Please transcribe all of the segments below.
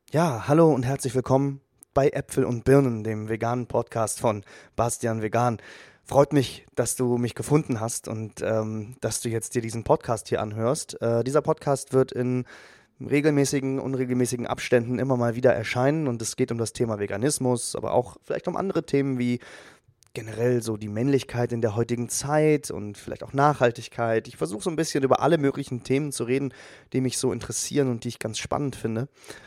Ja, hallo und herzlich willkommen bei Äpfel und Birnen, dem veganen Podcast von Bastian Vegan. Freut mich, dass du mich gefunden hast und dass du jetzt dir diesen Podcast hier anhörst. Dieser Podcast wird in regelmäßigen, unregelmäßigen Abständen immer mal wieder erscheinen und es geht um das Thema Veganismus, aber auch vielleicht um andere Themen wie generell so die Männlichkeit in der heutigen Zeit und vielleicht auch Nachhaltigkeit. Ich versuche so ein bisschen über alle möglichen Themen zu reden, die mich so interessieren und die ich ganz spannend finde.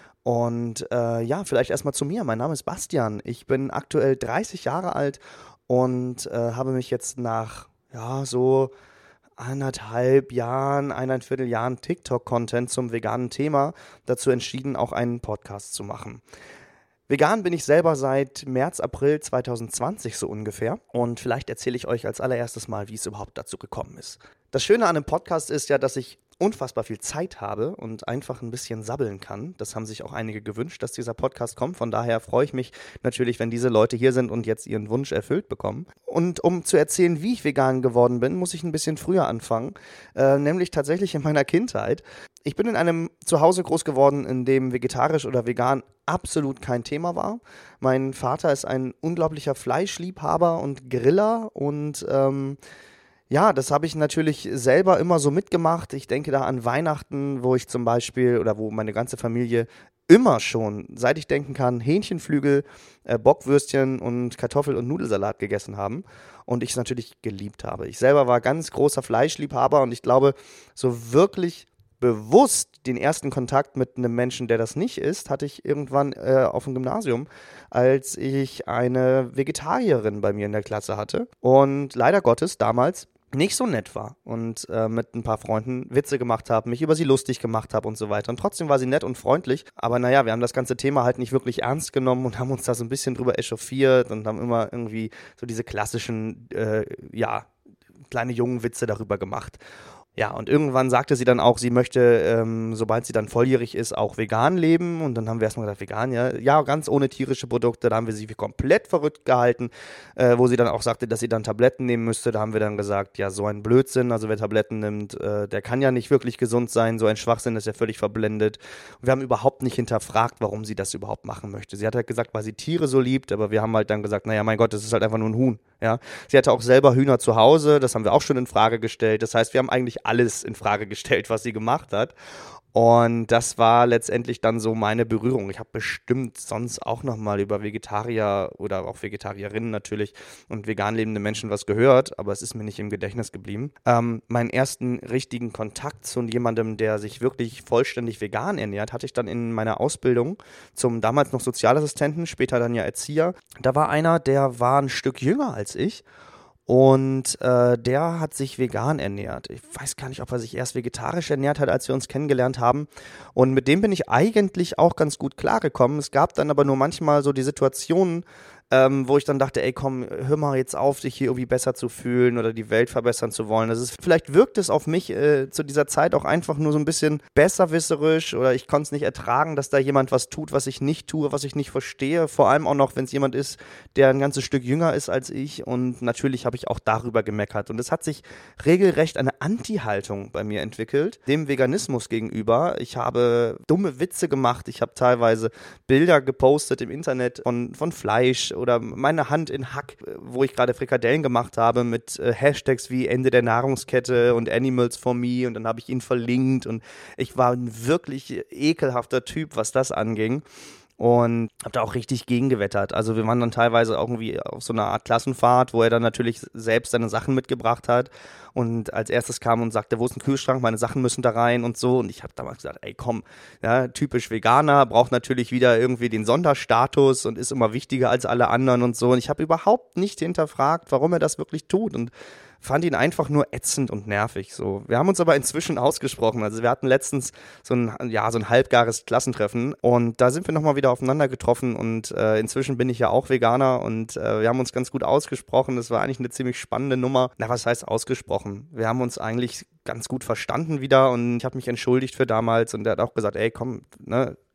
Und ja, vielleicht erstmal zu mir. Mein Name ist Bastian. Ich bin aktuell 30 Jahre alt und habe mich jetzt nach ja, so anderthalb Jahren, 1,25 Jahren TikTok-Content zum veganen Thema dazu entschieden, auch einen Podcast zu machen. Vegan bin ich selber seit März, April 2020 so ungefähr. Und vielleicht erzähle ich euch als allererstes mal, wie es überhaupt dazu gekommen ist. Das Schöne an einem Podcast ist ja, dass ich unfassbar viel Zeit habe und einfach ein bisschen sabbeln kann. Das haben sich auch einige gewünscht, dass dieser Podcast kommt. Von daher freue ich mich natürlich, wenn diese Leute hier sind und jetzt ihren Wunsch erfüllt bekommen. Und um zu erzählen, wie ich vegan geworden bin, muss ich ein bisschen früher anfangen, nämlich tatsächlich in meiner Kindheit. Ich bin in einem Zuhause groß geworden, in dem vegetarisch oder vegan absolut kein Thema war. Mein Vater ist ein unglaublicher Fleischliebhaber und Griller und ja, das habe ich natürlich selber immer so mitgemacht. Ich denke da an Weihnachten, wo ich zum Beispiel oder wo meine ganze Familie immer schon, seit ich denken kann, Hähnchenflügel, Bockwürstchen und Kartoffel- und Nudelsalat gegessen haben und ich es natürlich geliebt habe. Ich selber war ganz großer Fleischliebhaber und ich glaube, so wirklich bewusst den ersten Kontakt mit einem Menschen, der das nicht ist, hatte ich irgendwann auf dem Gymnasium, als ich eine Vegetarierin bei mir in der Klasse hatte und leider Gottes damals nicht so nett war und mit ein paar Freunden Witze gemacht habe, mich über sie lustig gemacht habe und so weiter. Und trotzdem war sie nett und freundlich. Aber naja, wir haben das ganze Thema halt nicht wirklich ernst genommen und haben uns da so ein bisschen drüber echauffiert und haben immer irgendwie so diese klassischen, ja, kleine Jungenwitze darüber gemacht. Ja, und irgendwann sagte sie dann auch, sie möchte, sobald sie dann volljährig ist, auch vegan leben. Und dann haben wir erstmal gesagt, vegan, ja, ja, ganz ohne tierische Produkte. Da haben wir sie für komplett verrückt gehalten, wo sie dann auch sagte, dass sie dann Tabletten nehmen müsste. Da haben wir dann gesagt, ja, so ein Blödsinn. Also wer Tabletten nimmt, der kann ja nicht wirklich gesund sein. So ein Schwachsinn ist ja völlig verblendet. Und wir haben überhaupt nicht hinterfragt, warum sie das überhaupt machen möchte. Sie hat halt gesagt, weil sie Tiere so liebt, aber wir haben halt dann gesagt, naja, mein Gott, das ist halt einfach nur ein Huhn. Ja, sie hatte auch selber Hühner zu Hause, das haben wir auch schon in Frage gestellt. Das heißt, wir haben eigentlich alles in Frage gestellt, was sie gemacht hat. Und das war letztendlich dann so meine Berührung. Ich habe bestimmt sonst auch nochmal über Vegetarier oder auch Vegetarierinnen natürlich und vegan lebende Menschen was gehört, aber es ist mir nicht im Gedächtnis geblieben. Meinen ersten richtigen Kontakt zu jemandem, der sich wirklich vollständig vegan ernährt, hatte ich dann in meiner Ausbildung zum damals noch Sozialassistenten, später dann ja Erzieher. Da war einer, der war ein Stück jünger als ich. Und der hat sich vegan ernährt. Ich weiß gar nicht, ob er sich erst vegetarisch ernährt hat, als wir uns kennengelernt haben. Und mit dem bin ich eigentlich auch ganz gut klargekommen. Es gab dann aber nur manchmal so die Situationen, wo ich dann dachte, ey komm, hör mal jetzt auf, dich hier irgendwie besser zu fühlen oder die Welt verbessern zu wollen. Vielleicht wirkt es auf mich zu dieser Zeit auch einfach nur so ein bisschen besserwisserisch oder ich konnte es nicht ertragen, dass da jemand was tut, was ich nicht tue, was ich nicht verstehe. Vor allem auch noch, wenn es jemand ist, der ein ganzes Stück jünger ist als ich und natürlich habe ich auch darüber gemeckert. Und es hat sich regelrecht eine Anti-Haltung bei mir entwickelt, dem Veganismus gegenüber. Ich habe dumme Witze gemacht, ich habe teilweise Bilder gepostet im Internet von Fleisch oder meine Hand in Hack, wo ich gerade Frikadellen gemacht habe mit Hashtags wie Ende der Nahrungskette und Animals for Me und dann habe ich ihn verlinkt und ich war ein wirklich ekelhafter Typ, was das anging. Und habe da auch richtig gegengewettert. Also wir waren dann teilweise irgendwie auf so einer Art Klassenfahrt, wo er dann natürlich selbst seine Sachen mitgebracht hat und als erstes kam und sagte, wo ist ein Kühlschrank, meine Sachen müssen da rein und so. Und ich habe damals gesagt, ey komm, ja, typisch Veganer, braucht natürlich wieder irgendwie den Sonderstatus und ist immer wichtiger als alle anderen und so. Und ich habe überhaupt nicht hinterfragt, warum er das wirklich tut und fand ihn einfach nur ätzend und nervig. So. Wir haben uns aber inzwischen ausgesprochen. Also wir hatten letztens so ein halbgares Klassentreffen und da sind wir nochmal wieder aufeinander getroffen und inzwischen bin ich ja auch Veganer und wir haben uns ganz gut ausgesprochen. Das war eigentlich eine ziemlich spannende Nummer. Na, was heißt ausgesprochen? Wir haben uns eigentlich ganz gut verstanden wieder und ich habe mich entschuldigt für damals und er hat auch gesagt, ey komm, ne,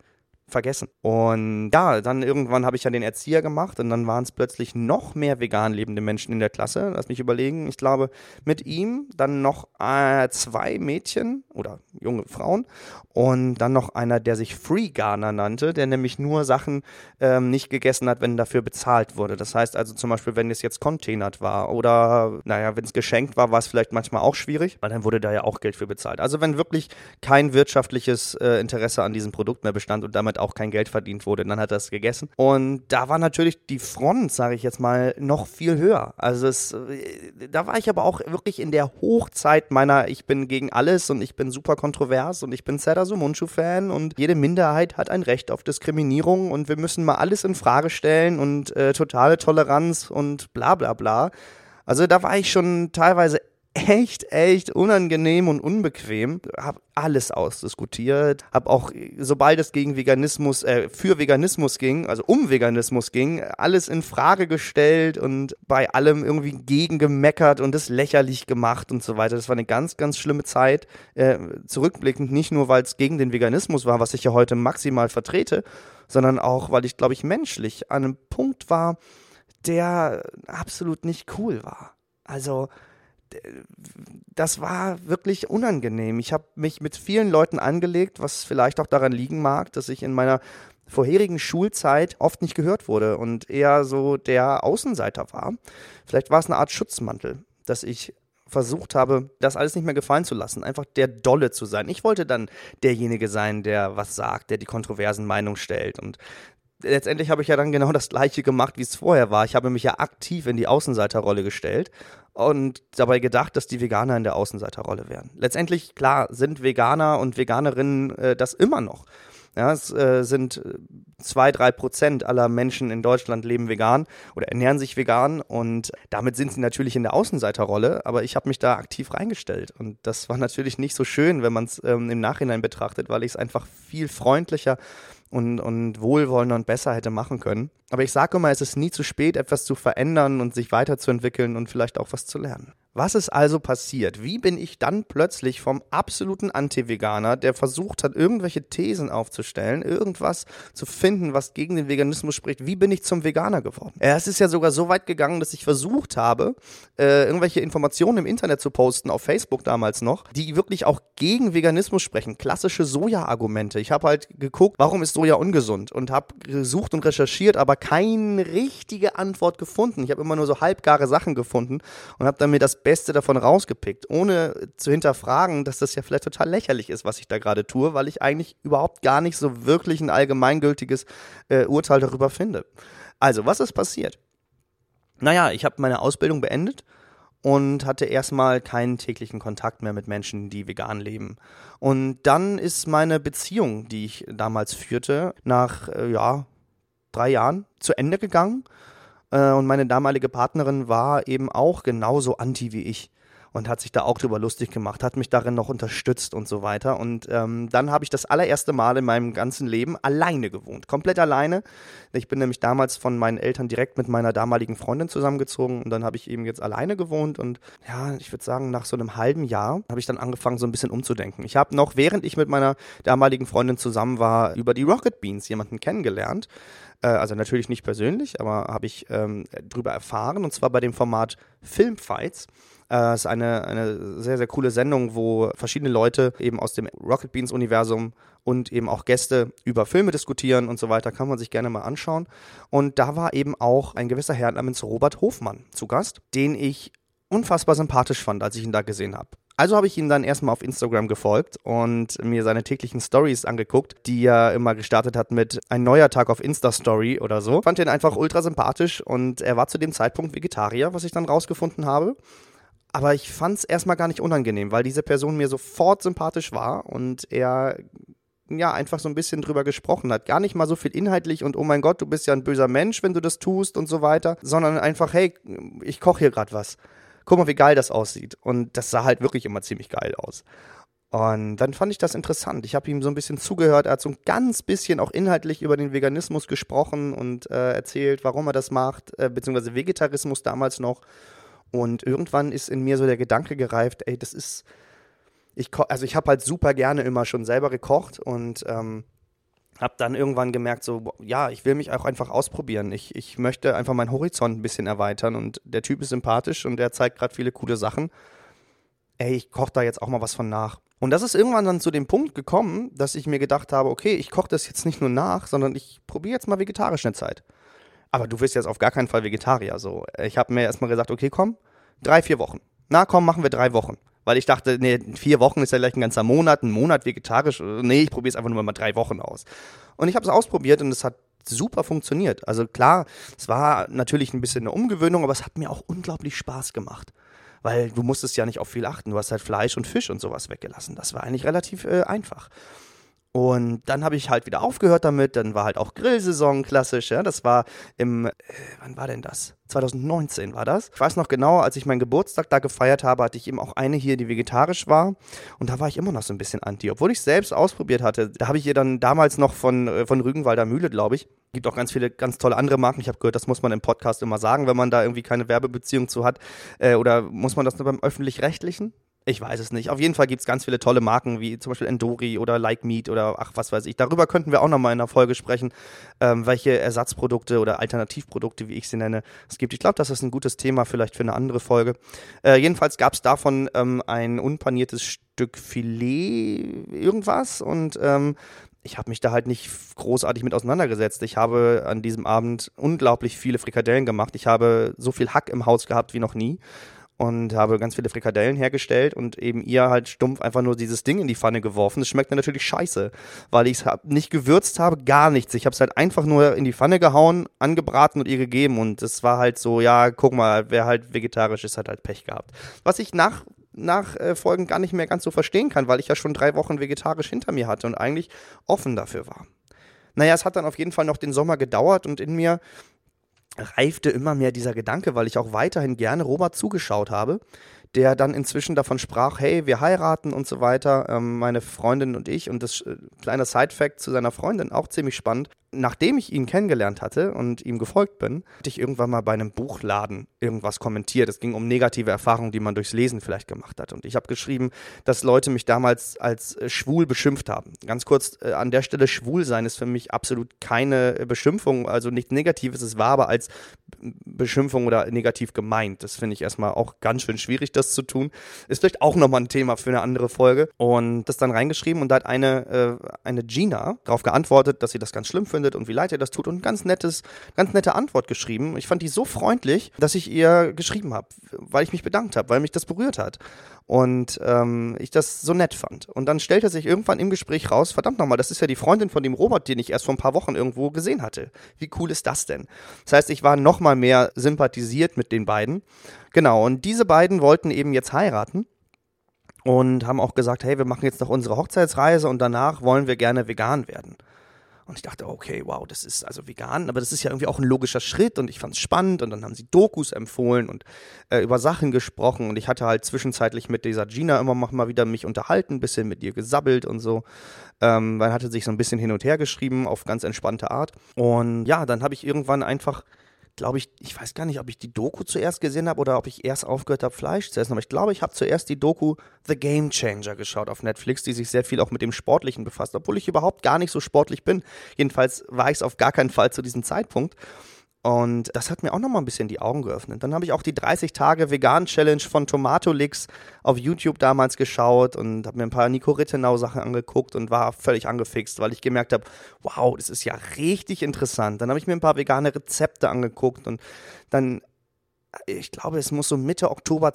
vergessen. Und ja, dann irgendwann habe ich ja den Erzieher gemacht und dann waren es plötzlich noch mehr vegan lebende Menschen in der Klasse. Lass mich überlegen, ich glaube mit ihm dann noch 2 Mädchen oder junge Frauen und dann noch einer, der sich Freeganer nannte, der nämlich nur Sachen nicht gegessen hat, wenn dafür bezahlt wurde. Das heißt also zum Beispiel, wenn es jetzt containert war oder naja, wenn es geschenkt war, war es vielleicht manchmal auch schwierig, weil dann wurde da ja auch Geld für bezahlt. Also wenn wirklich kein wirtschaftliches Interesse an diesem Produkt mehr bestand und damit auch kein Geld verdient wurde, dann hat er es gegessen. Und da war natürlich die Front, sage ich jetzt mal, noch viel höher. Also da war ich aber auch wirklich in der Hochzeit meiner, ich bin gegen alles und ich bin super kontrovers und ich bin Serdar Somuncu-Fan und jede Minderheit hat ein Recht auf Diskriminierung und wir müssen mal alles in Frage stellen und totale Toleranz und bla bla bla. Also da war ich schon teilweise echt unangenehm und unbequem. Hab alles ausdiskutiert. Hab auch, sobald es gegen Veganismus, für Veganismus ging, also um Veganismus ging, alles in Frage gestellt und bei allem irgendwie gegengemeckert und es lächerlich gemacht und so weiter. Das war eine ganz schlimme Zeit. Zurückblickend nicht nur, weil es gegen den Veganismus war, was ich ja heute maximal vertrete, sondern auch, weil ich, glaube ich, menschlich an einem Punkt war, der absolut nicht cool war. Also das war wirklich unangenehm. Ich habe mich mit vielen Leuten angelegt, was vielleicht auch daran liegen mag, dass ich in meiner vorherigen Schulzeit oft nicht gehört wurde und eher so der Außenseiter war. Vielleicht war es eine Art Schutzmantel, dass ich versucht habe, das alles nicht mehr gefallen zu lassen, einfach der Dolle zu sein. Ich wollte dann derjenige sein, der was sagt, der die kontroversen Meinungen stellt und letztendlich habe ich ja dann genau das Gleiche gemacht, wie es vorher war. Ich habe mich ja aktiv in die Außenseiterrolle gestellt und dabei gedacht, dass die Veganer in der Außenseiterrolle wären. Letztendlich, klar, sind Veganer und Veganerinnen das immer noch. Ja, es sind 2-3% aller Menschen in Deutschland leben vegan oder ernähren sich vegan und damit sind sie natürlich in der Außenseiterrolle, aber ich habe mich da aktiv reingestellt und das war natürlich nicht so schön, wenn man es im Nachhinein betrachtet, weil ich es einfach viel freundlicher und wohlwollender und besser hätte machen können. Aber ich sage immer, es ist nie zu spät, etwas zu verändern und sich weiterzuentwickeln und vielleicht auch was zu lernen. Was ist also passiert? Wie bin ich dann plötzlich vom absoluten Anti-Veganer, der versucht hat, irgendwelche Thesen aufzustellen, irgendwas zu finden, was gegen den Veganismus spricht, wie bin ich zum Veganer geworden? Es ist ja sogar so weit gegangen, dass ich versucht habe, irgendwelche Informationen im Internet zu posten, auf Facebook damals noch, die wirklich auch gegen Veganismus sprechen. Klassische Soja-Argumente. Ich habe halt geguckt, warum ist Soja ungesund? Und habe gesucht und recherchiert, aber keine richtige Antwort gefunden. Ich habe immer nur so halbgare Sachen gefunden und habe dann mir das Beste davon rausgepickt, ohne zu hinterfragen, dass das ja vielleicht total lächerlich ist, was ich da gerade tue, weil ich eigentlich überhaupt gar nicht so wirklich ein allgemeingültiges Urteil darüber finde. Also, was ist passiert? Naja, ich habe meine Ausbildung beendet und hatte erstmal keinen täglichen Kontakt mehr mit Menschen, die vegan leben. Und dann ist meine Beziehung, die ich damals führte, nach 3 Jahren zu Ende gegangen. Und meine damalige Partnerin war eben auch genauso anti wie ich und hat sich da auch drüber lustig gemacht, hat mich darin noch unterstützt und so weiter. Und dann habe ich das allererste Mal in meinem ganzen Leben alleine gewohnt, komplett alleine. Ich bin nämlich damals von meinen Eltern direkt mit meiner damaligen Freundin zusammengezogen und dann habe ich eben jetzt alleine gewohnt. Und ja, ich würde sagen, nach so einem halben Jahr habe ich dann angefangen, so ein bisschen umzudenken. Ich habe noch, während ich mit meiner damaligen Freundin zusammen war, über die Rocket Beans jemanden kennengelernt. Also natürlich nicht persönlich, aber habe ich drüber erfahren und zwar bei dem Format Filmfights. Es ist eine sehr, sehr coole Sendung, wo verschiedene Leute eben aus dem Rocket Beans Universum und eben auch Gäste über Filme diskutieren und so weiter, kann man sich gerne mal anschauen. Und da war eben auch ein gewisser Herr namens Robert Hofmann zu Gast, den ich unfassbar sympathisch fand, als ich ihn da gesehen habe. Also habe ich ihn dann erstmal auf Instagram gefolgt und mir seine täglichen Stories angeguckt, die er immer gestartet hat mit ein neuer Tag auf Insta-Story oder so. Fand ihn einfach ultra sympathisch und er war zu dem Zeitpunkt Vegetarier, was ich dann rausgefunden habe. Aber ich fand es erstmal gar nicht unangenehm, weil diese Person mir sofort sympathisch war und er ja einfach so ein bisschen drüber gesprochen hat. Gar nicht mal so viel inhaltlich und oh mein Gott, du bist ja ein böser Mensch, wenn du das tust und so weiter, sondern einfach, hey, ich koche hier gerade was. Guck mal, wie geil das aussieht. Und das sah halt wirklich immer ziemlich geil aus. Und dann fand ich das interessant. Ich habe ihm so ein bisschen zugehört. Er hat so ein ganz bisschen auch inhaltlich über den Veganismus gesprochen und erzählt, warum er das macht, beziehungsweise Vegetarismus damals noch. Und irgendwann ist in mir so der Gedanke gereift, ey, das ist, ich habe halt super gerne immer schon selber gekocht und habe dann irgendwann gemerkt, so, ja, ich will mich auch einfach ausprobieren. Ich möchte einfach meinen Horizont ein bisschen erweitern und der Typ ist sympathisch und der zeigt gerade viele coole Sachen. Ey, ich koche da jetzt auch mal was von nach. Und das ist irgendwann dann zu dem Punkt gekommen, dass ich mir gedacht habe, okay, ich koche das jetzt nicht nur nach, sondern ich probiere jetzt mal vegetarisch eine Zeit. Aber du wirst jetzt auf gar keinen Fall Vegetarier. So. Ich habe mir erstmal gesagt, okay, komm, 3-4 Wochen. Na komm, machen wir 3 Wochen. Weil ich dachte, nee, 4 Wochen ist ja gleich ein ganzer Monat, ein Monat vegetarisch. Nee, ich probiere es einfach nur mal 3 Wochen aus. Und ich habe es ausprobiert und es hat super funktioniert. Also klar, es war natürlich ein bisschen eine Umgewöhnung, aber es hat mir auch unglaublich Spaß gemacht. Weil du musstest ja nicht auf viel achten. Du hast halt Fleisch und Fisch und sowas weggelassen. Das war eigentlich relativ einfach. Und dann habe ich halt wieder aufgehört damit. Dann war halt auch Grillsaison klassisch. Ja? Das war wann war denn das? 2019 war das. Ich weiß noch genau, als ich meinen Geburtstag da gefeiert habe, hatte ich eben auch eine hier, die vegetarisch war. Und da war ich immer noch so ein bisschen anti. Obwohl ich es selbst ausprobiert hatte. Da habe ich ihr dann damals noch von Rügenwalder Mühle, glaube ich. Gibt auch ganz viele ganz tolle andere Marken. Ich habe gehört, das muss man im Podcast immer sagen, wenn man da irgendwie keine Werbebeziehung zu hat. Oder muss man das nur beim Öffentlich-Rechtlichen? Ich weiß es nicht. Auf jeden Fall gibt es ganz viele tolle Marken, wie zum Beispiel Endori oder Like Meat oder ach, was weiß ich. Darüber könnten wir auch nochmal in einer Folge sprechen, welche Ersatzprodukte oder Alternativprodukte, wie ich sie nenne, es gibt. Ich glaube, das ist ein gutes Thema vielleicht für eine andere Folge. Jedenfalls gab es davon ein unpaniertes Stück Filet irgendwas und ich habe mich da halt nicht großartig mit auseinandergesetzt. Ich habe an diesem Abend unglaublich viele Frikadellen gemacht. Ich habe so viel Hack im Haus gehabt wie noch nie. Und habe ganz viele Frikadellen hergestellt und eben ihr halt stumpf einfach nur dieses Ding in die Pfanne geworfen. Das schmeckt mir natürlich scheiße, weil ich es nicht gewürzt habe, gar nichts. Ich habe es halt einfach nur in die Pfanne gehauen, angebraten und ihr gegeben. Und es war halt so, ja, guck mal, wer halt vegetarisch ist, hat halt Pech gehabt. Was ich nachfolgend gar nicht mehr ganz so verstehen kann, weil ich ja schon 3 Wochen vegetarisch hinter mir hatte und eigentlich offen dafür war. Naja, es hat dann auf jeden Fall noch den Sommer gedauert und in mir reifte immer mehr dieser Gedanke, weil ich auch weiterhin gerne Robert zugeschaut habe, der dann inzwischen davon sprach, hey, wir heiraten und so weiter, meine Freundin und ich. Und das kleine Side-Fact zu seiner Freundin, auch ziemlich spannend. Nachdem ich ihn kennengelernt hatte und ihm gefolgt bin, hatte ich irgendwann mal bei einem Buchladen irgendwas kommentiert. Es ging um negative Erfahrungen, die man durchs Lesen vielleicht gemacht hat. Und ich habe geschrieben, dass Leute mich damals als schwul beschimpft haben. Ganz kurz, an der Stelle, schwul sein ist für mich absolut keine Beschimpfung, also nichts Negatives. Es war aber als Beschimpfung oder negativ gemeint. Das finde ich erstmal auch ganz schön schwierig, das zu tun. Ist vielleicht auch nochmal ein Thema für eine andere Folge. Und das dann reingeschrieben und da hat eine Gina darauf geantwortet, dass sie das ganz schlimm findet und wie leid ihr das tut und ein ganz nette Antwort geschrieben. Ich fand die so freundlich, dass ich ihr geschrieben habe, weil ich mich bedankt habe, weil mich das berührt hat. Und ich das so nett fand. Und dann stellte sich irgendwann im Gespräch raus, verdammt nochmal, das ist ja die Freundin von dem Robert, den ich erst vor ein paar Wochen irgendwo gesehen hatte. Wie cool ist das denn? Das heißt, ich war nochmal mehr sympathisiert mit den beiden. Genau, und diese beiden wollten eben jetzt heiraten und haben auch gesagt, hey, wir machen jetzt noch unsere Hochzeitsreise und danach wollen wir gerne vegan werden. Und ich dachte, okay, wow, das ist also vegan, aber das ist ja irgendwie auch ein logischer Schritt und ich fand es spannend und dann haben sie Dokus empfohlen und über Sachen gesprochen und ich hatte halt zwischenzeitlich mit dieser Gina immer mal wieder mich unterhalten, ein bisschen mit ihr gesabbelt und so. Man hatte sich so ein bisschen hin und her geschrieben auf ganz entspannte Art und ja, dann habe ich irgendwann einfach, glaube ich weiß gar nicht, ob ich die Doku zuerst gesehen habe oder ob ich erst aufgehört habe, Fleisch zu essen. Aber ich glaube, ich habe zuerst die Doku The Game Changer geschaut auf Netflix, die sich sehr viel auch mit dem Sportlichen befasst, obwohl ich überhaupt gar nicht so sportlich bin. Jedenfalls war ich es auf gar keinen Fall zu diesem Zeitpunkt. Und das hat mir auch nochmal ein bisschen die Augen geöffnet. Dann habe ich auch die 30-Tage-Vegan-Challenge von Tomatolix auf YouTube damals geschaut und habe mir ein paar Nico Rittenau-Sachen angeguckt und war völlig angefixt, weil ich gemerkt habe, wow, das ist ja richtig interessant. Dann habe ich mir ein paar vegane Rezepte angeguckt und dann, ich glaube, es muss so Mitte Oktober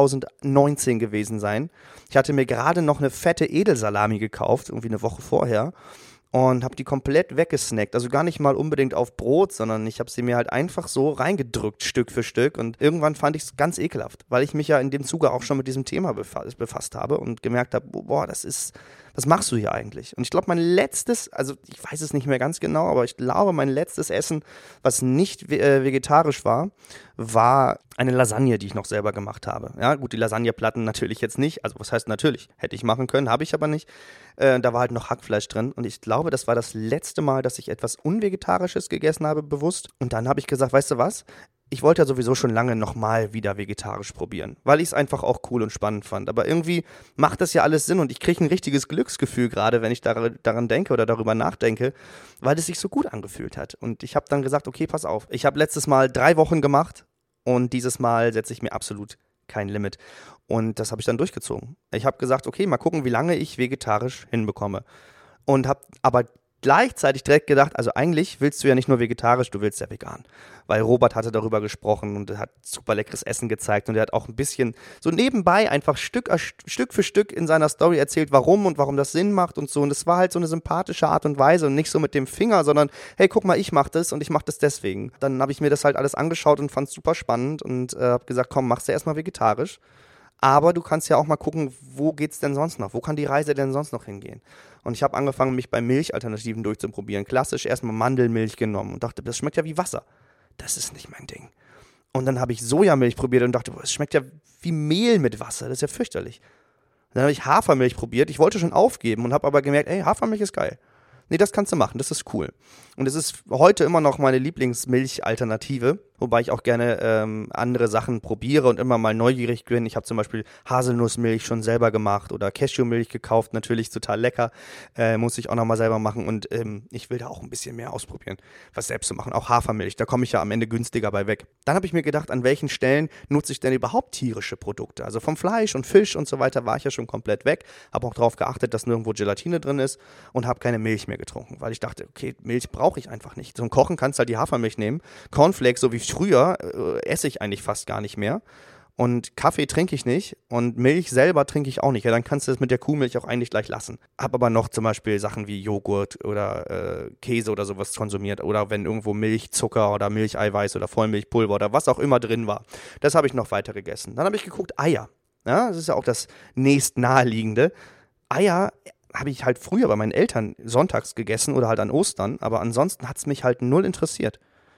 2019 gewesen sein. Ich hatte mir gerade noch eine fette Edelsalami gekauft, irgendwie eine Woche vorher. Und habe die komplett weggesnackt. Also gar nicht mal unbedingt auf Brot, sondern ich habe sie mir halt einfach so reingedrückt, Stück für Stück. Und irgendwann fand ich es ganz ekelhaft, weil ich mich ja in dem Zuge auch schon mit diesem Thema befasst habe und gemerkt habe, boah, was machst du hier eigentlich? Und ich glaube, mein letztes, also ich weiß es nicht mehr ganz genau, aber ich glaube, mein letztes Essen, was nicht vegetarisch war eine Lasagne, die ich noch selber gemacht habe. Ja, gut, die Lasagneplatten natürlich jetzt nicht. Also was heißt natürlich? Hätte ich machen können, habe ich aber nicht. Da war halt noch Hackfleisch drin. Und ich glaube, das war das letzte Mal, dass ich etwas Unvegetarisches gegessen habe, bewusst. Und dann habe ich gesagt, weißt du was? ich wollte ja sowieso schon lange nochmal wieder vegetarisch probieren, weil ich es einfach auch cool und spannend fand. Aber irgendwie macht das ja alles Sinn und ich kriege ein richtiges Glücksgefühl gerade, wenn ich daran denke oder darüber nachdenke, weil es sich so gut angefühlt hat. Und ich habe dann gesagt, okay, pass auf, ich habe letztes Mal 3 Wochen gemacht und dieses Mal setze ich mir absolut kein Limit. Und das habe ich dann durchgezogen. Ich habe gesagt, okay, mal gucken, wie lange ich vegetarisch hinbekomme. Und habe aber gleichzeitig direkt gedacht, also eigentlich willst du ja nicht nur vegetarisch, du willst ja vegan. Weil Robert hatte darüber gesprochen und er hat super leckeres Essen gezeigt und er hat auch ein bisschen so nebenbei einfach Stück für Stück in seiner Story erzählt, warum und warum das Sinn macht und so. Und es war halt so eine sympathische Art und Weise und nicht so mit dem Finger, sondern hey, guck mal, ich mach das und ich mach das deswegen. Dann habe ich mir das halt alles angeschaut und fand es super spannend und habe gesagt, komm, mach's ja erstmal vegetarisch. Aber du kannst ja auch mal gucken, wo geht's denn sonst noch? Wo kann die Reise denn sonst noch hingehen? Und ich habe angefangen, mich bei Milchalternativen durchzuprobieren. Klassisch erstmal Mandelmilch genommen und dachte, das schmeckt ja wie Wasser. Das ist nicht mein Ding. Und dann habe ich Sojamilch probiert und dachte, boah, es schmeckt ja wie Mehl mit Wasser. Das ist ja fürchterlich. Dann habe ich Hafermilch probiert. Ich wollte schon aufgeben und habe aber gemerkt, ey, Hafermilch ist geil. Nee, das kannst du machen, das ist cool. Und es ist heute immer noch meine Lieblingsmilchalternative, wobei ich auch gerne andere Sachen probiere und immer mal neugierig bin. Ich habe zum Beispiel Haselnussmilch schon selber gemacht oder Cashewmilch gekauft, natürlich total lecker, muss ich auch nochmal selber machen und ich will da auch ein bisschen mehr ausprobieren, was selbst zu machen. Auch Hafermilch, da komme ich ja am Ende günstiger bei weg. Dann habe ich mir gedacht, an welchen Stellen nutze ich denn überhaupt tierische Produkte? Also vom Fleisch und Fisch und so weiter war ich ja schon komplett weg, habe auch darauf geachtet, dass nirgendwo Gelatine drin ist und habe keine Milch mehr getrunken, weil ich dachte, okay, Milch brauche ich einfach nicht. Zum Kochen kannst du halt die Hafermilch nehmen. Cornflakes, so wie früher, esse ich eigentlich fast gar nicht mehr. Und Kaffee trinke ich nicht und Milch selber trinke ich auch nicht. Ja, dann kannst du das mit der Kuhmilch auch eigentlich gleich lassen. Hab aber noch zum Beispiel Sachen wie Joghurt oder Käse oder sowas konsumiert. Oder wenn irgendwo Milchzucker oder Milcheiweiß oder Vollmilchpulver oder was auch immer drin war. Das habe ich noch weiter gegessen. Dann habe ich geguckt, Eier. Ja, das ist ja auch das nächst naheliegende. Eier habe ich halt früher bei meinen Eltern sonntags gegessen oder halt an Ostern, aber ansonsten hat es mich halt null interessiert.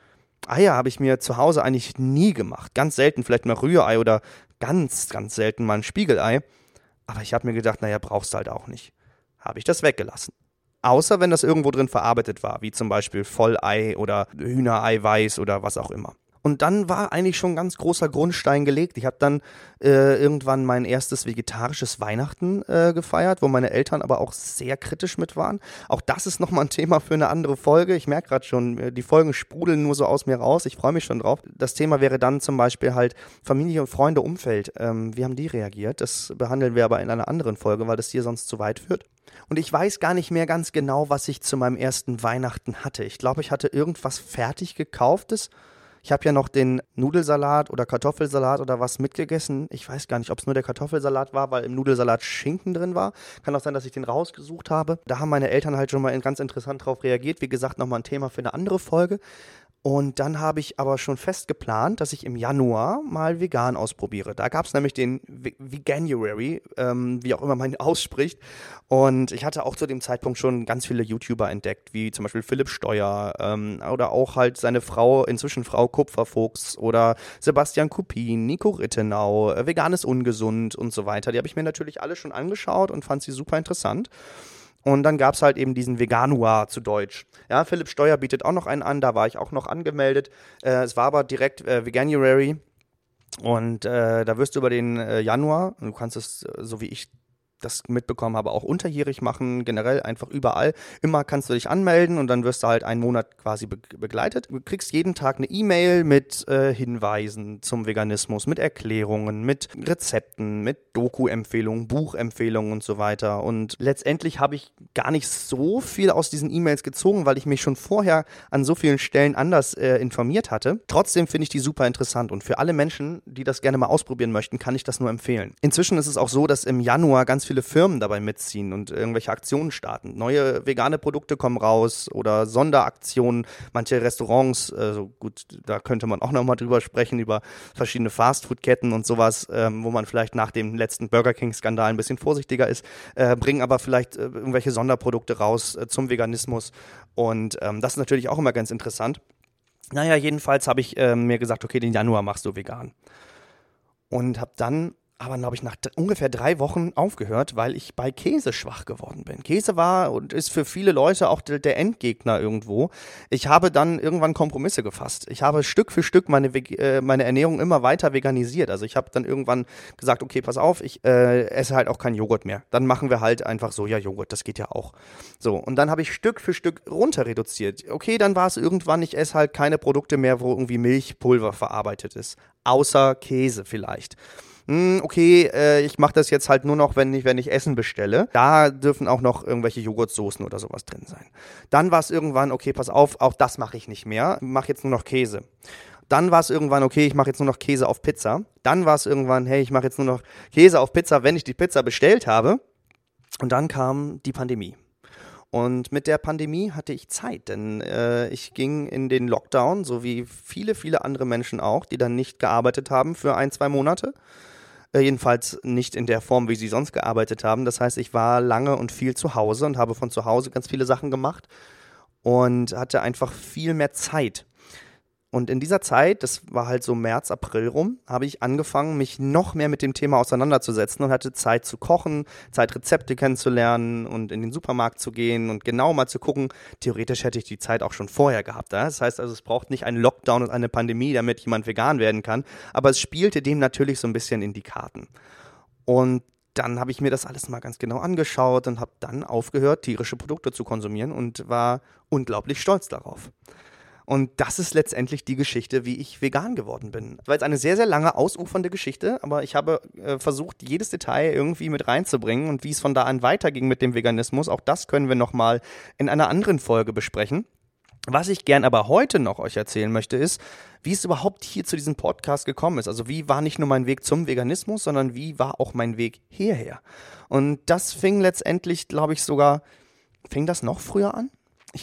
Eier habe ich mir zu Hause eigentlich nie gemacht. Ganz selten vielleicht mal Rührei oder ganz, ganz selten mal ein Spiegelei. Aber ich habe mir gedacht, naja, brauchst du halt auch nicht. Habe ich das weggelassen. Außer wenn das irgendwo drin verarbeitet war, wie zum Beispiel Vollei oder Hühnereiweiß oder was auch immer. Und dann war eigentlich schon ein ganz großer Grundstein gelegt. Ich habe dann irgendwann mein erstes vegetarisches Weihnachten gefeiert, wo meine Eltern aber auch sehr kritisch mit waren. Auch das ist nochmal ein Thema für eine andere Folge. Ich merke gerade schon, die Folgen sprudeln nur so aus mir raus. Ich freue mich schon drauf. Das Thema wäre dann zum Beispiel halt Familie, Freunde, Umfeld. Wie haben die reagiert? Das behandeln wir aber in einer anderen Folge, weil das hier sonst zu weit führt. Und ich weiß gar nicht mehr ganz genau, was ich zu meinem ersten Weihnachten hatte. Ich glaube, ich hatte irgendwas fertig gekauftes. Ich habe ja noch den Nudelsalat oder Kartoffelsalat oder was mitgegessen. Ich weiß gar nicht, ob es nur der Kartoffelsalat war, weil im Nudelsalat Schinken drin war. Kann auch sein, dass ich den rausgesucht habe. Da haben meine Eltern halt schon mal ganz interessant drauf reagiert. Wie gesagt, nochmal ein Thema für eine andere Folge. Und dann habe ich aber schon fest geplant, dass ich im Januar mal vegan ausprobiere. Da gab es nämlich den Veganuary, wie auch immer man ihn ausspricht. Und ich hatte auch zu dem Zeitpunkt schon ganz viele YouTuber entdeckt, wie zum Beispiel Philipp Steuer oder auch halt seine Frau, inzwischen Frau Kupferfuchs oder Sebastian Kupin, Nico Rittenau, Veganes Ungesund und so weiter. Die habe ich mir natürlich alle schon angeschaut und fand sie super interessant. Und dann gab es halt eben diesen Veganuar zu Deutsch. Ja, Philipp Steuer bietet auch noch einen an, da war ich auch noch angemeldet. Es war aber direkt Veganuary und da wirst du über den Januar, du kannst es, so wie ich das mitbekommen habe, auch unterjährig machen, generell einfach überall. Immer kannst du dich anmelden und dann wirst du halt einen Monat quasi begleitet. Du kriegst jeden Tag eine E-Mail mit Hinweisen zum Veganismus, mit Erklärungen, mit Rezepten, mit Doku-Empfehlungen, Buchempfehlungen und so weiter. Und letztendlich habe ich gar nicht so viel aus diesen E-Mails gezogen, weil ich mich schon vorher an so vielen Stellen anders informiert hatte. Trotzdem finde ich die super interessant und für alle Menschen, die das gerne mal ausprobieren möchten, kann ich das nur empfehlen. Inzwischen ist es auch so, dass im Januar ganz viele Firmen dabei mitziehen und irgendwelche Aktionen starten. Neue vegane Produkte kommen raus oder Sonderaktionen. Manche Restaurants, gut, da könnte man auch nochmal drüber sprechen, über verschiedene Fastfood-Ketten und sowas, wo man vielleicht nach dem letzten Burger King-Skandal ein bisschen vorsichtiger ist, bringen aber vielleicht irgendwelche Sonderprodukte raus zum Veganismus. Und das ist natürlich auch immer ganz interessant. Naja, jedenfalls habe ich mir gesagt, okay, den Januar machst du vegan. Und habe dann aber, glaube ich, nach ungefähr 3 Wochen aufgehört, weil ich bei Käse schwach geworden bin. Käse war und ist für viele Leute auch der Endgegner irgendwo. Ich habe dann irgendwann Kompromisse gefasst. Ich habe Stück für Stück meine Ernährung immer weiter veganisiert. Also ich habe dann irgendwann gesagt, okay, pass auf, ich esse halt auch keinen Joghurt mehr. Dann machen wir halt einfach Soja-Joghurt, das geht ja auch. So, und dann habe ich Stück für Stück runter reduziert. Okay, dann war es irgendwann, ich esse halt keine Produkte mehr, wo irgendwie Milchpulver verarbeitet ist. Außer Käse vielleicht. Okay, ich mache das jetzt halt nur noch, wenn ich Essen bestelle. Da dürfen auch noch irgendwelche Joghurtsoßen oder sowas drin sein. Dann war es irgendwann, okay, pass auf, auch das mache ich nicht mehr. Ich mache jetzt nur noch Käse. Dann war es irgendwann, okay, ich mache jetzt nur noch Käse auf Pizza. Dann war es irgendwann, hey, ich mache jetzt nur noch Käse auf Pizza, wenn ich die Pizza bestellt habe. Und dann kam die Pandemie. Und mit der Pandemie hatte ich Zeit, denn ich ging in den Lockdown, so wie viele, viele andere Menschen auch, die dann nicht gearbeitet haben für 1, 2 Monate. Jedenfalls nicht in der Form, wie sie sonst gearbeitet haben. Das heißt, ich war lange und viel zu Hause und habe von zu Hause ganz viele Sachen gemacht und hatte einfach viel mehr Zeit. Und in dieser Zeit, das war halt so März, April rum, habe ich angefangen, mich noch mehr mit dem Thema auseinanderzusetzen und hatte Zeit zu kochen, Zeit Rezepte kennenzulernen und in den Supermarkt zu gehen und genau mal zu gucken. Theoretisch hätte ich die Zeit auch schon vorher gehabt. Ja? Das heißt also, es braucht nicht einen Lockdown und eine Pandemie, damit jemand vegan werden kann, aber es spielte dem natürlich so ein bisschen in die Karten. Und dann habe ich mir das alles mal ganz genau angeschaut und habe dann aufgehört, tierische Produkte zu konsumieren und war unglaublich stolz darauf. Und das ist letztendlich die Geschichte, wie ich vegan geworden bin. Das war jetzt eine sehr, sehr lange, ausufernde Geschichte, aber ich habe versucht, jedes Detail irgendwie mit reinzubringen und wie es von da an weiterging mit dem Veganismus. Auch das können wir nochmal in einer anderen Folge besprechen. Was ich gern aber heute noch euch erzählen möchte, ist, wie es überhaupt hier zu diesem Podcast gekommen ist. Also wie war nicht nur mein Weg zum Veganismus, sondern wie war auch mein Weg hierher. Und das fing letztendlich, glaube ich, fing das noch früher an?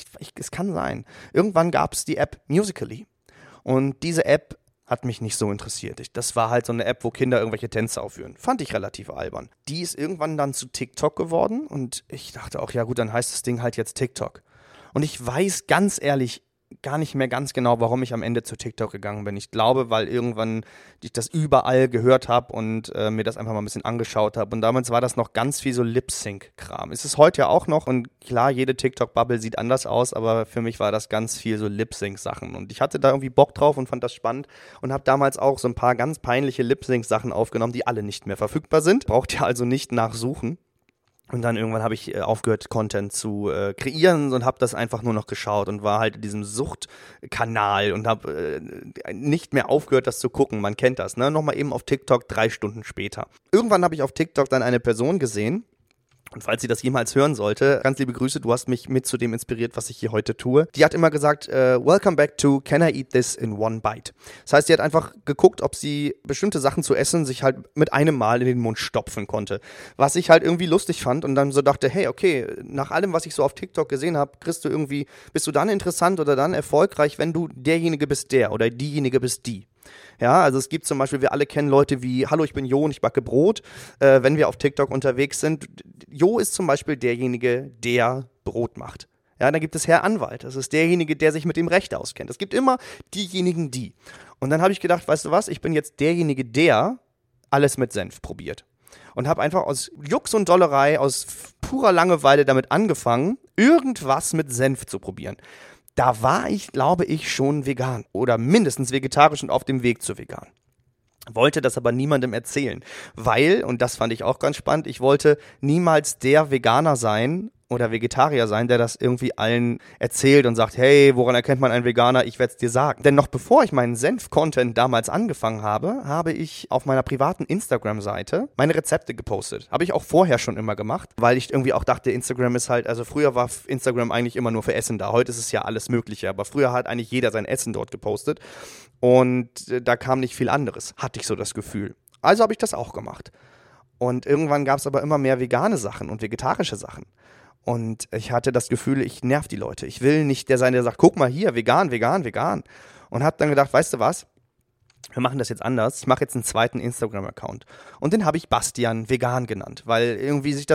Es kann sein. Irgendwann gab es die App Musical.ly und diese App hat mich nicht so interessiert. Das war halt so eine App, wo Kinder irgendwelche Tänze aufführen. Fand ich relativ albern. Die ist irgendwann dann zu TikTok geworden und ich dachte auch, ja gut, dann heißt das Ding halt jetzt TikTok. Und ich weiß ganz ehrlich gar nicht mehr ganz genau, warum ich am Ende zu TikTok gegangen bin. Ich glaube, weil irgendwann ich das überall gehört habe und mir das einfach mal ein bisschen angeschaut habe. Und damals war das noch ganz viel so Lip-Sync-Kram. Ist es heute ja auch noch. Und klar, jede TikTok-Bubble sieht anders aus, aber für mich war das ganz viel so Lip-Sync-Sachen. Und ich hatte da irgendwie Bock drauf und fand das spannend und habe damals auch so ein paar ganz peinliche Lip-Sync-Sachen aufgenommen, die alle nicht mehr verfügbar sind. Braucht ihr also nicht nachsuchen. Und dann irgendwann habe ich aufgehört, Content zu kreieren und habe das einfach nur noch geschaut und war halt in diesem Suchtkanal und habe nicht mehr aufgehört, das zu gucken. Man kennt das, ne? Nochmal eben auf TikTok 3 Stunden später. Irgendwann habe ich auf TikTok dann eine Person gesehen. Und falls sie das jemals hören sollte, ganz liebe Grüße, du hast mich mit zu dem inspiriert, was ich hier heute tue. Die hat immer gesagt, welcome back to Can I Eat This in One Bite? Das heißt, sie hat einfach geguckt, ob sie bestimmte Sachen zu essen sich halt mit einem Mal in den Mund stopfen konnte. Was ich halt irgendwie lustig fand und dann so dachte, hey, okay, nach allem, was ich so auf TikTok gesehen habe, bist du dann interessant oder dann erfolgreich, wenn du derjenige bist der oder diejenige bist die. Ja, also es gibt zum Beispiel, wir alle kennen Leute wie, hallo, ich bin Jo und ich backe Brot, wenn wir auf TikTok unterwegs sind. Jo ist zum Beispiel derjenige, der Brot macht. Ja, dann gibt es Herr Anwalt, das ist derjenige, der sich mit dem Recht auskennt. Es gibt immer diejenigen, die. Und dann habe ich gedacht, weißt du was, ich bin jetzt derjenige, der alles mit Senf probiert. Und habe einfach aus Jux und Dollerei, aus purer Langeweile damit angefangen, irgendwas mit Senf zu probieren. Da war ich, glaube ich, schon vegan oder mindestens vegetarisch und auf dem Weg zu vegan. Wollte das aber niemandem erzählen, weil, und das fand ich auch ganz spannend, ich wollte niemals der Veganer sein oder Vegetarier sein, der das irgendwie allen erzählt und sagt, hey, woran erkennt man einen Veganer? Ich werde es dir sagen. Denn noch bevor ich meinen Senf-Content damals angefangen habe, habe ich auf meiner privaten Instagram-Seite meine Rezepte gepostet. Habe ich auch vorher schon immer gemacht, weil ich irgendwie auch dachte, Instagram ist halt, also früher war Instagram eigentlich immer nur für Essen da. Heute ist es ja alles Mögliche, aber früher hat eigentlich jeder sein Essen dort gepostet und da kam nicht viel anderes, hatte ich so das Gefühl. Also habe ich das auch gemacht. Und irgendwann gab es aber immer mehr vegane Sachen und vegetarische Sachen. Und ich hatte das Gefühl, ich nerv die Leute. Ich will nicht der sein, der sagt, guck mal hier, vegan, vegan, vegan. Und hab dann gedacht, weißt du was? Wir machen das jetzt anders. Ich mache jetzt einen zweiten Instagram-Account. Und den habe ich Bastian Vegan genannt, weil irgendwie sich das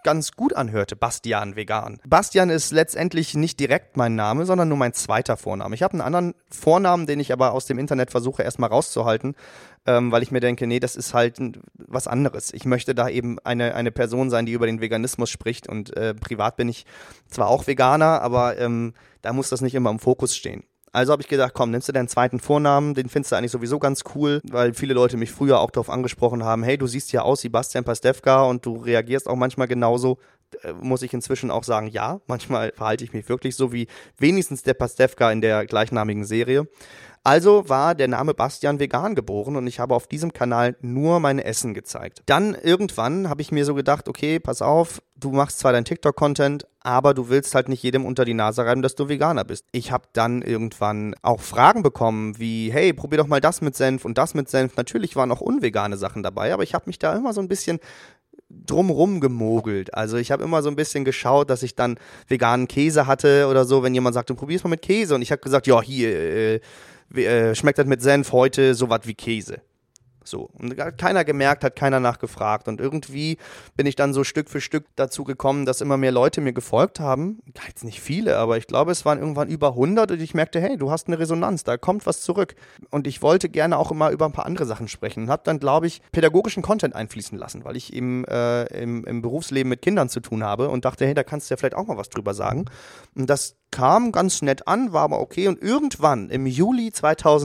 ganz gut anhörte, Bastian Vegan. Bastian ist letztendlich nicht direkt mein Name, sondern nur mein zweiter Vorname. Ich habe einen anderen Vornamen, den ich aber aus dem Internet versuche erstmal rauszuhalten, weil ich mir denke, nee, das ist halt was anderes. Ich möchte da eben eine Person sein, die über den Veganismus spricht und privat bin ich zwar auch Veganer, aber da muss das nicht immer im Fokus stehen. Also habe ich gedacht, komm, nimmst du deinen zweiten Vornamen, den findest du eigentlich sowieso ganz cool, weil viele Leute mich früher auch darauf angesprochen haben, hey, du siehst ja aus wie Bastian Pastewka und du reagierst auch manchmal genauso. Muss ich inzwischen auch sagen, ja, manchmal verhalte ich mich wirklich so wie wenigstens der Pastewka in der gleichnamigen Serie. Also war der Name Bastian Vegan geboren und ich habe auf diesem Kanal nur meine Essen gezeigt. Dann irgendwann habe ich mir so gedacht, okay, pass auf, du machst zwar dein TikTok-Content, aber du willst halt nicht jedem unter die Nase reiben, dass du Veganer bist. Ich habe dann irgendwann auch Fragen bekommen wie, hey, probier doch mal das mit Senf und das mit Senf. Natürlich waren auch unvegane Sachen dabei, aber ich habe mich da immer so ein bisschen drumrum gemogelt. Also ich habe immer so ein bisschen geschaut, dass ich dann veganen Käse hatte oder so, wenn jemand sagt, du probierst mal mit Käse. Und ich habe gesagt, ja, hier, schmeckt das mit Senf heute so was wie Käse. So. Und hat keiner gemerkt, hat keiner nachgefragt. Und irgendwie bin ich dann so Stück für Stück dazu gekommen, dass immer mehr Leute mir gefolgt haben. Jetzt nicht viele, aber ich glaube, es waren irgendwann über 100 und ich merkte, hey, du hast eine Resonanz, da kommt was zurück. Und ich wollte gerne auch immer über ein paar andere Sachen sprechen und habe dann, glaube ich, pädagogischen Content einfließen lassen, weil ich eben im Berufsleben mit Kindern zu tun habe und dachte, hey, da kannst du ja vielleicht auch mal was drüber sagen. Und das kam ganz nett an, war aber okay. Und irgendwann im Juli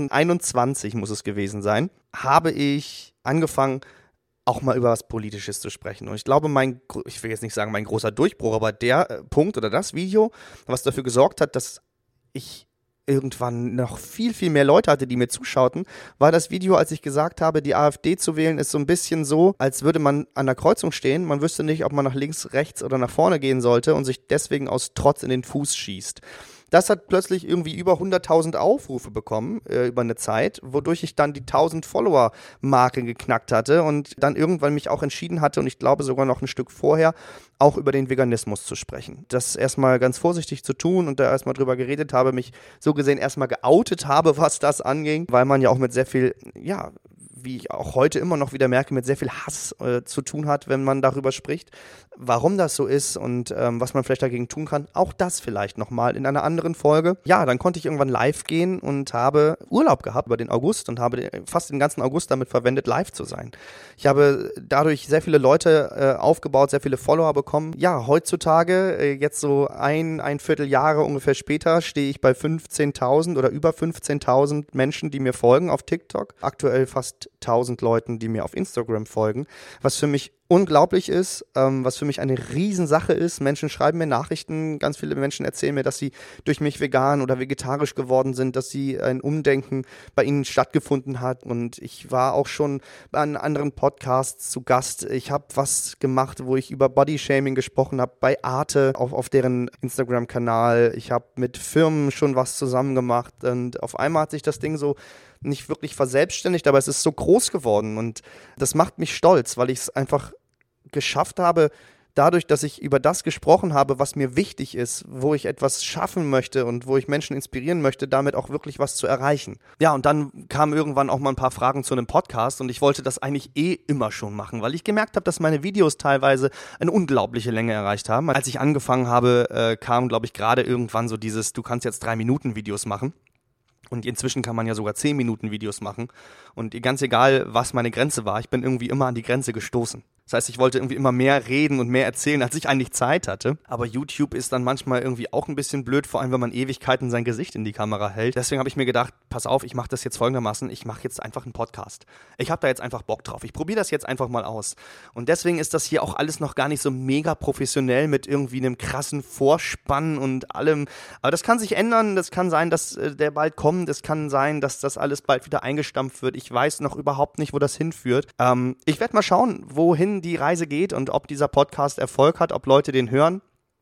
2021 muss es gewesen sein, habe ich angefangen, auch mal über was Politisches zu sprechen. Und ich glaube, ich will jetzt nicht sagen mein großer Durchbruch, aber der Punkt oder das Video, was dafür gesorgt hat, dass ich irgendwann noch viel, viel mehr Leute hatte, die mir zuschauten, war das Video, als ich gesagt habe, die AfD zu wählen ist so ein bisschen so, als würde man an der Kreuzung stehen, man wüsste nicht, ob man nach links, rechts oder nach vorne gehen sollte und sich deswegen aus Trotz in den Fuß schießt. Das hat plötzlich irgendwie über 100.000 Aufrufe bekommen über eine Zeit, wodurch ich dann die 1.000 Follower-Marke geknackt hatte und dann irgendwann mich auch entschieden hatte und ich glaube sogar noch ein Stück vorher, auch über den Veganismus zu sprechen. Das erstmal ganz vorsichtig zu tun und da erstmal drüber geredet habe, mich so gesehen erstmal geoutet habe, was das anging, weil man ja auch mit sehr viel, ja, wie ich auch heute immer noch wieder merke, mit sehr viel Hass zu tun hat, wenn man darüber spricht. Warum das so ist und was man vielleicht dagegen tun kann, auch das vielleicht nochmal in einer anderen Folge. Ja, dann konnte ich irgendwann live gehen und habe Urlaub gehabt über den August und habe fast den ganzen August damit verwendet, live zu sein. Ich habe dadurch sehr viele Leute aufgebaut, sehr viele Follower bekommen. Ja, heutzutage, jetzt so ein Vierteljahre ungefähr später, stehe ich bei 15.000 oder über 15.000 Menschen, die mir folgen auf TikTok. Aktuell fast 1.000 Leuten, die mir auf Instagram folgen, was für mich unglaublich ist, was für mich eine Riesensache ist. Menschen schreiben mir Nachrichten, ganz viele Menschen erzählen mir, dass sie durch mich vegan oder vegetarisch geworden sind, dass sie ein Umdenken bei ihnen stattgefunden hat und ich war auch schon an anderen Podcasts zu Gast. Ich habe was gemacht, wo ich über Bodyshaming gesprochen habe, bei Arte auf deren Instagram-Kanal. Ich habe mit Firmen schon was zusammen gemacht und auf einmal hat sich das Ding so nicht wirklich verselbstständigt, aber es ist so groß geworden und das macht mich stolz, weil ich es einfach geschafft habe, dadurch, dass ich über das gesprochen habe, was mir wichtig ist, wo ich etwas schaffen möchte und wo ich Menschen inspirieren möchte, damit auch wirklich was zu erreichen. Ja, und dann kamen irgendwann auch mal ein paar Fragen zu einem Podcast und ich wollte das eigentlich immer schon machen, weil ich gemerkt habe, dass meine Videos teilweise eine unglaubliche Länge erreicht haben. Als ich angefangen habe, kam, glaube ich, gerade irgendwann so dieses, du kannst jetzt 3-Minuten-Videos machen. Und inzwischen kann man ja sogar 10 Minuten Videos machen. Und ganz egal, was meine Grenze war, ich bin irgendwie immer an die Grenze gestoßen. Das heißt, ich wollte irgendwie immer mehr reden und mehr erzählen, als ich eigentlich Zeit hatte. Aber YouTube ist dann manchmal irgendwie auch ein bisschen blöd, vor allem wenn man Ewigkeiten sein Gesicht in die Kamera hält. Deswegen habe ich mir gedacht, pass auf, ich mache das jetzt folgendermaßen, ich mache jetzt einfach einen Podcast. Ich habe da jetzt einfach Bock drauf. Ich probiere das jetzt einfach mal aus. Und deswegen ist das hier auch alles noch gar nicht so mega professionell mit irgendwie einem krassen Vorspann und allem. Aber das kann sich ändern. Das kann sein, dass der bald kommt. Es kann sein, dass das alles bald wieder eingestampft wird. Ich weiß noch überhaupt nicht, wo das hinführt. Ich werde mal schauen, wohin die Reise geht und ob dieser Podcast Erfolg hat, ob Leute den hören.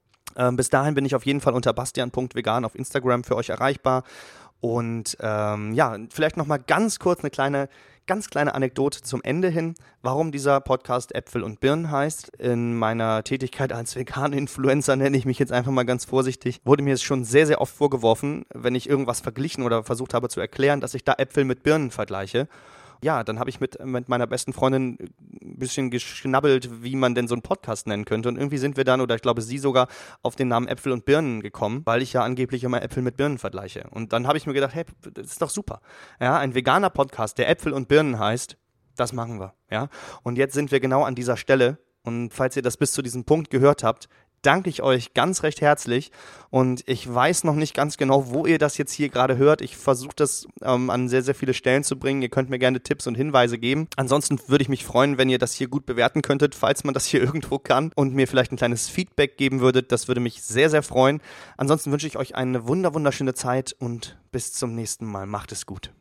Bis dahin bin ich auf jeden Fall unter bastian.vegan auf Instagram für euch erreichbar. Und ja, vielleicht nochmal ganz kurz eine ganz kleine Anekdote zum Ende hin, warum dieser Podcast Äpfel und Birnen heißt. In meiner Tätigkeit als Vegan-Influencer, nenne ich mich jetzt einfach mal ganz vorsichtig, wurde mir es schon sehr, sehr oft vorgeworfen, wenn ich irgendwas verglichen oder versucht habe zu erklären, dass ich da Äpfel mit Birnen vergleiche. Ja, dann habe ich mit meiner besten Freundin ein bisschen geschnabbelt, wie man denn so einen Podcast nennen könnte. Und irgendwie sind wir dann, oder ich glaube sie sogar, auf den Namen Äpfel und Birnen gekommen, weil ich ja angeblich immer Äpfel mit Birnen vergleiche. Und dann habe ich mir gedacht, hey, das ist doch super. Ja, ein veganer Podcast, der Äpfel und Birnen heißt, das machen wir. Ja, und jetzt sind wir genau an dieser Stelle. Und falls ihr das bis zu diesem Punkt gehört habt, danke ich euch ganz recht herzlich und ich weiß noch nicht ganz genau, wo ihr das jetzt hier gerade hört. Ich versuche das an sehr, sehr viele Stellen zu bringen. Ihr könnt mir gerne Tipps und Hinweise geben. Ansonsten würde ich mich freuen, wenn ihr das hier gut bewerten könntet, falls man das hier irgendwo kann und mir vielleicht ein kleines Feedback geben würdet. Das würde mich sehr, sehr freuen. Ansonsten wünsche ich euch eine wunderschöne Zeit und bis zum nächsten Mal. Macht es gut.